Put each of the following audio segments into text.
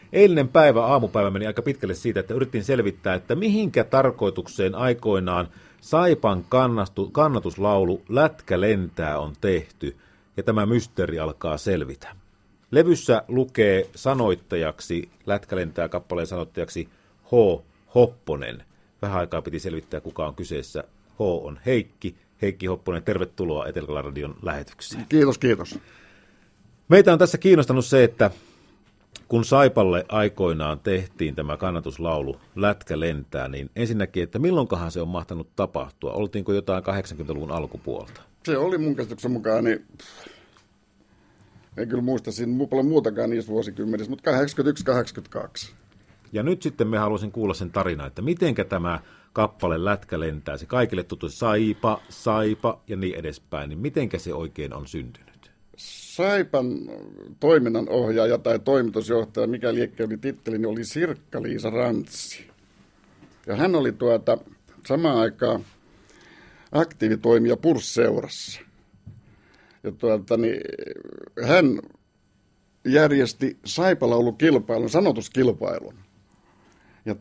eilinen päivä, aamupäivä meni aika pitkälle siitä, että yritin selvittää, että mihinkä tarkoitukseen aikoinaan Saipan kannatuslaulu Lätkä lentää on tehty, ja tämä mysteeri alkaa selvitä. Levyssä lukee sanoittajaksi, Lätkä lentää kappaleen sanoittajaksi H. Hopponen. Vähän aikaa piti selvittää, kuka on kyseessä. H on Heikki. Heikki Hopponen, tervetuloa Etelä-Radion lähetykseen. Kiitos, kiitos. Meitä on tässä kiinnostanut se, että kun Saipalle aikoinaan tehtiin tämä kannatuslaulu Lätkä lentää, niin ensinnäkin, että milloinkahan se on mahtanut tapahtua? Oltiinko jotain 80-luvun alkupuolta? Se oli mun käsityksen mukaan, niin en kyllä muista siinä paljon muutakaan niissä vuosikymmenissä, mutta 81-82. Ja nyt sitten me haluaisin kuulla sen tarina, että mitenkä tämä kappale Lätkä lentää, se kaikille tuttu Saipa ja niin edespäin, niin mitenkä se oikein on syntynyt? Saipan toiminnanohjaaja tai toimitusjohtaja, mikä liekki oli titteli, niin oli Sirkka-Liisa Rantsi. Ja hän oli samaan aikaan aktiivitoimija Pursseurassa. Ja hän järjesti Saipalaulukilpailun, sanotuskilpailun. Ja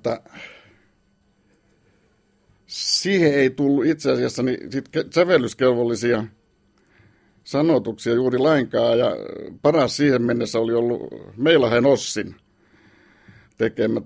siihen ei tullut itse asiassa niin sävellyskelvollisia sanotuksia juuri lainkaan, ja paras siihen mennessä oli ollut Meilahen Ossin tekemä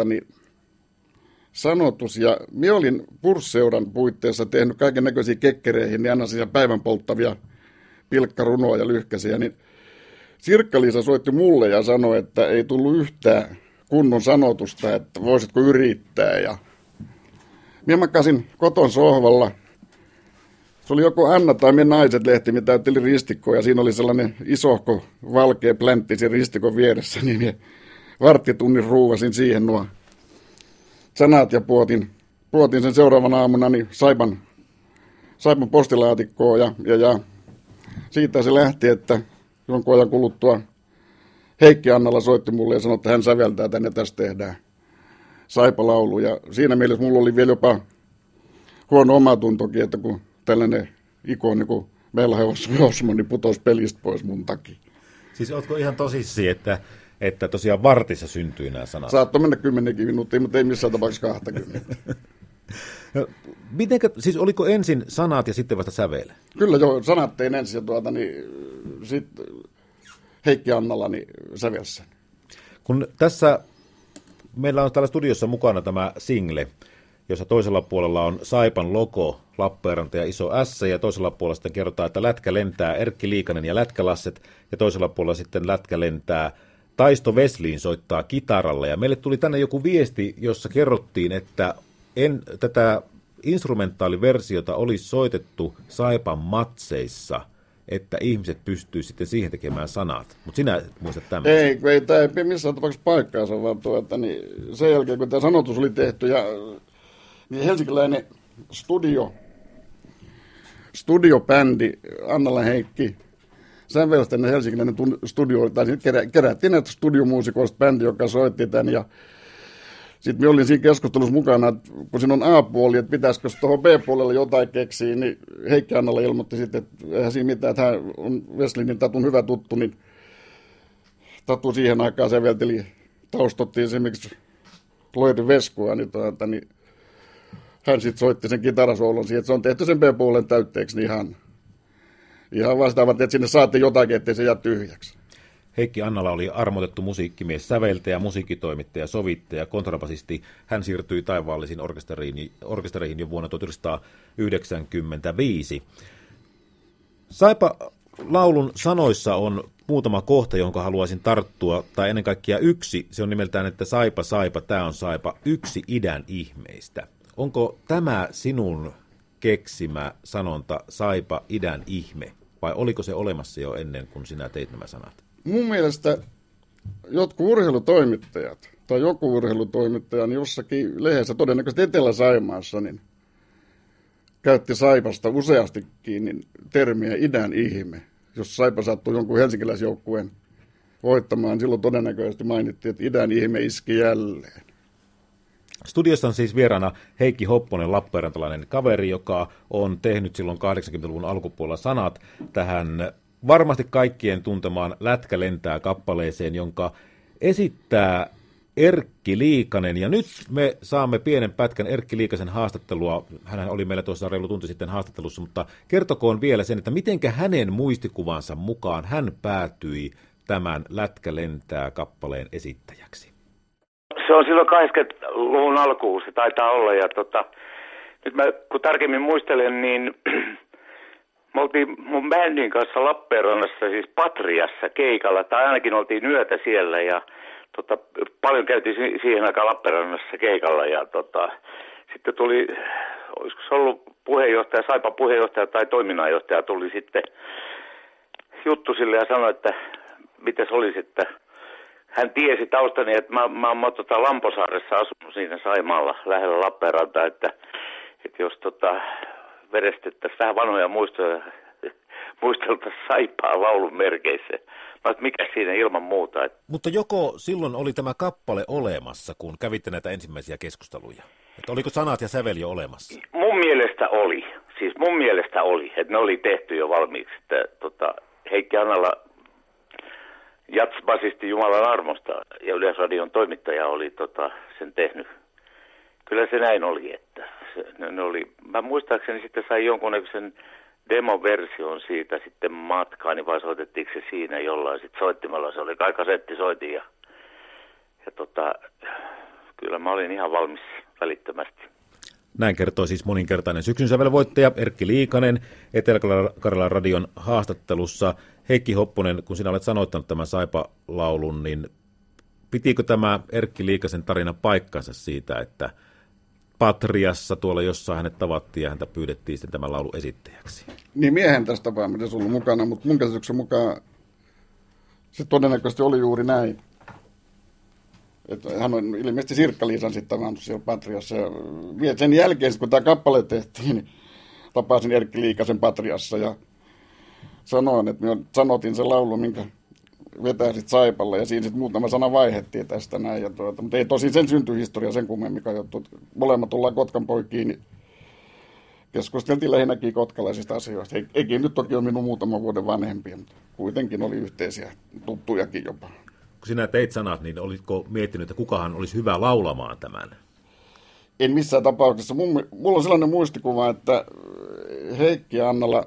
sanotus, ja minä olin Pursseuran puitteissa tehnyt kaiken näköisiä kekkereihin, niin annan siihen päivän polttavia pilkkarunoja ja lyhkäisiä, niin Sirkka-Liisa soitti mulle ja sanoi, että ei tullut yhtään kunnon sanotusta, että voisitko yrittää, ja minä makasin koton sohvalla. Se oli joku Anna tai Me naiset-lehti, mitä täytteli ristikkoa, ja siinä oli sellainen isohko valkea pläntti sen ristikon vieressä, niin minä varttitunnin ruuvasin siihen nuo sanat ja puotin sen seuraavana aamuna niin Saipan postilaatikkoon, ja siitä se lähti, että jonkun ajan kuluttua Heikki Annala soitti mulle ja sanoi, että hän säveltää tänne, tästä tehdään Saipa-laulu, ja siinä mielessä mulla oli vielä jopa huono omatuntokin, että kun tällainen ikoni kuin Meilahen Osmo niin putosi pelistä pois mun takia. Siis ootko ihan tosissi, että tosiaan vartissa syntyi nämä sanat? Saattoi mennä 10 minuuttia, mutta ei missään tapauksessa 20. No, siis oliko ensin sanat ja sitten vasta sävel? Kyllä joo, sanat tein ensin ja sitten Heikki Annala niin sävelsi sen. Kun tässä meillä on täällä studiossa mukana tämä single, jossa toisella puolella on Saipan logo, Lappeenranta ja iso S, ja toisella puolella sitten kerrotaan, että Lätkä lentää Erkki Liikanen ja Lätkälasset, ja toisella puolella sitten Lätkä lentää Taisto Wesliin soittaa kitaralla, ja meille tuli tänne joku viesti, jossa kerrottiin, että tätä instrumentaaliversiota olisi soitettu Saipan matseissa, että ihmiset pystyy sitten siihen tekemään sanat. Mutta sinä muistat tämän. Ei tämä ei missään tapauksessa paikkaansa, vaan niin sen jälkeen, kun tämä sanotus oli tehty, ja niin helsinkiläinen studiobändi Annala Heikki sävelsi helsinkiläinen studio, tai kerättiin näitä studiomuusikoista bändi, joka soitti tämän, ja sitten minä olin siinä keskustelussa mukana, että kun siinä on A-puoli, että pitäisikö tuohon B-puolelle jotain keksiä, niin Heikki Annala ilmoitti sitten, että eihän siinä mitään, että hän on Weslinin Tatun hyvä tuttu, niin Tatu siihen aikaan sävelteli, taustottiin esimerkiksi Loiri Veskua, niin hän sitten soitti sen kitarasoulon siihen, että se on tehty sen B-puolen täytteeksi, niin ihan vastaavat, että sinne saatiin jotakin, ettei se jää tyhjäksi. Heikki Annala oli armotettu musiikkimies, säveltäjä, musiikkitoimittaja, sovittaja, kontrabasisti. Hän siirtyi taivaallisiin orkestereihin jo vuonna 1995. Saipa-laulun sanoissa on muutama kohta, jonka haluaisin tarttua, tai ennen kaikkea yksi. Se on nimeltään, että Saipa, Saipa, tämä on Saipa, yksi idän ihmeistä. Onko tämä sinun keksimä sanonta Saipa, idän ihme, vai oliko se olemassa jo ennen kuin sinä teit nämä sanat? Mun mielestä jotkut urheilutoimittajat tai joku urheilutoimittaja niin jossakin lehdessä, todennäköisesti Etelä-Saimaassa, niin käytti Saipasta useastikin niin termiä idän ihme. Jos Saipa sattui jonkun helsinkiläisjoukkueen voittamaan, silloin todennäköisesti mainittiin, että idän ihme iski jälleen. Studiossa on siis vieraana Heikki Hopponen, lappeenrantalainen kaveri, joka on tehnyt silloin 80-luvun alkupuolella sanat tähän varmasti kaikkien tuntemaan Lätkä lentää -kappaleeseen, jonka esittää Erkki Liikanen, ja nyt me saamme pienen pätkän Erkki Liikasen haastattelua. Hän oli meillä tuossa reilu tunti sitten haastattelussa, mutta kertokoon vielä sen, että mitenkä hänen muistikuvansa mukaan hän päätyi tämän Lätkä lentää -kappaleen esittäjäksi. Se on silloin 80-luvun alkuun, se taitaa olla, ja nyt mä kun tarkemmin muistelen, niin me oltiin mun bändin kanssa Lappeenrannassa, siis Patriassa keikalla, tai ainakin oltiin yötä siellä, ja paljon käytiin siihen aikaan Lappeenrannassa keikalla, ja sitten tuli, olisiko se ollut puheenjohtaja, Saipa puheenjohtaja tai toiminnanjohtaja tuli sitten juttu sille ja sanoi, että mitäs olisi, että hän tiesi taustani, että mä oon Lamposaaressa asunut siinä Saimaalla lähellä Lappeenrantaa, että jos verestettäisiin vähän vanhoja muistoja, muisteltaisiin Saipaa laulun merkeissä. Mä oon, mikä siinä ilman muuta. Mutta joko silloin oli tämä kappale olemassa, kun kävitte näitä ensimmäisiä keskusteluja? Että oliko sanat ja sävel jo olemassa? Mun mielestä oli. Siis mun mielestä oli, että ne oli tehty jo valmiiksi. Että, Heikki Annala, jatsbasisti Jumalan armosta ja Yleisradion toimittaja oli sen tehnyt. Kyllä se näin oli, että ne oli. Mä muistaakseni sitten sai jonkunnäköisen demoversion siitä sitten matkaani, vai soitettiinko se siinä jollain sitten soittimella. Se oli kai kasettisoitin ja kyllä mä olin ihan valmis välittömästi. Näin kertoi siis moninkertainen syksyn sävelvoittaja Erkki Liikanen Etelä-Karjalan radion haastattelussa. Heikki Hopponen, kun sinä olet sanoittanut tämän Saipa-laulun, niin pitikö tämä Erkki Liikasen tarina paikkansa siitä, että Patriassa tuolla jossain hänet tavattiin ja häntä pyydettiin sitten tämän laulun esittäjäksi? Niin miehen tästä tapaamisessa ollut mukana, mutta mun käsityksen mukaan se todennäköisesti oli juuri näin. Että hän on ilmeisesti Sirkka-Liisan sitten tavannut siellä Patriassa. Ja sen jälkeen, kun tämä kappale tehtiin, niin tapasin Erkki Liikasen Patriassa ja sanoin, että minä sanotin sen laulun, minkä vetäisit Saipalla, ja siinä sitten muutama sana vaihdettiin tästä näin. Mutta ei tosin sen syntyhistoria sen kummemmin, mikä juttu. Molemmat tullaan Kotkan poikiin, niin keskusteltiin lähinnäkin kotkalaisista asioista. Eikin nyt toki ole minun muutaman vuoden vanhempia, mutta kuitenkin oli yhteisiä tuttujakin jopa. Kun sinä teit sanat, niin olitko miettinyt, että kukahan olisi hyvä laulamaan tämän? En missään tapauksessa. Mulla on sellainen muistikuva, että Heikki Annala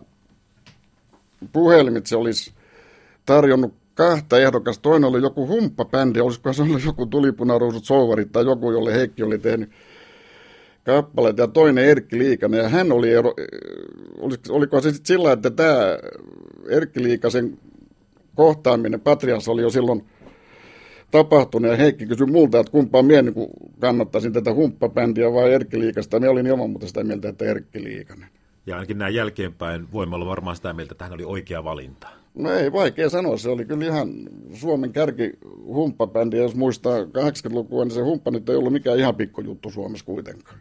puhelimitse olisi tarjonnut kahta ehdokasta. Toinen oli joku humppabändi, olisiko se ollut joku Tulipunaruusut Souvarit tai joku, jolle Heikki oli tehnyt kappaleet, ja toinen Erkki Liikanen. Ja hän oli, oliko se sitten sillä, että tämä Erkki Liikasen kohtaaminen Patriassa oli jo silloin tapahtunut, ja Heikki kysyi multa, että kumpaa minä niin kannattaisin tätä humppabändiä vai Erkki Liikasta. Minä olin ilman muuta sitä mieltä, että Erkki Liikanen. Ja ainakin näin jälkeenpäin voimme olla varmaan sitä mieltä, että hän oli oikea valinta. No ei vaikea sanoa, se oli kyllä ihan Suomen kärki humppabändi, jos muistaa 80-lukua, niin se humppa nyt ei ollut mikään ihan pikkujuttu Suomessa kuitenkaan.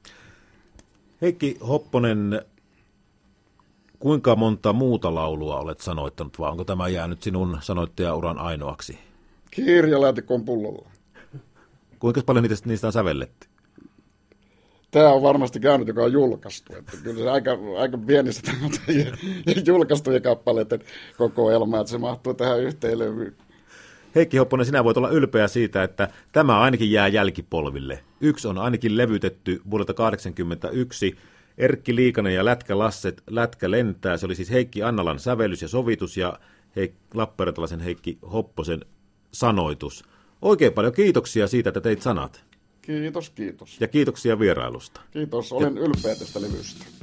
Heikki Hopponen, kuinka monta muuta laulua olet sanoittanut, vai onko tämä jäänyt sinun sanoittajauran ainoaksi? Kirjalaatikon pullolla. Kuinka paljon niistä on sävelletty? Tämä on varmasti käynyt, joka on julkaistu. Että kyllä se aika pienistä julkaistuja kappaleiden kokoelma, että se mahtuu tähän yhteen levyyn. Heikki Hopponen, sinä voit olla ylpeä siitä, että tämä ainakin jää jälkipolville. Yksi on ainakin levytetty vuodelta 1981. Erkki Liikanen ja Lätkä lentää. Se oli siis Heikki Annalan sävellys ja sovitus ja lappeenrantalaisen Heikki Hopposen sanoitus. Oikein paljon kiitoksia siitä, että teit sanat. Kiitos. Ja kiitoksia vierailusta. Kiitos, olen ylpeä tästä levystä.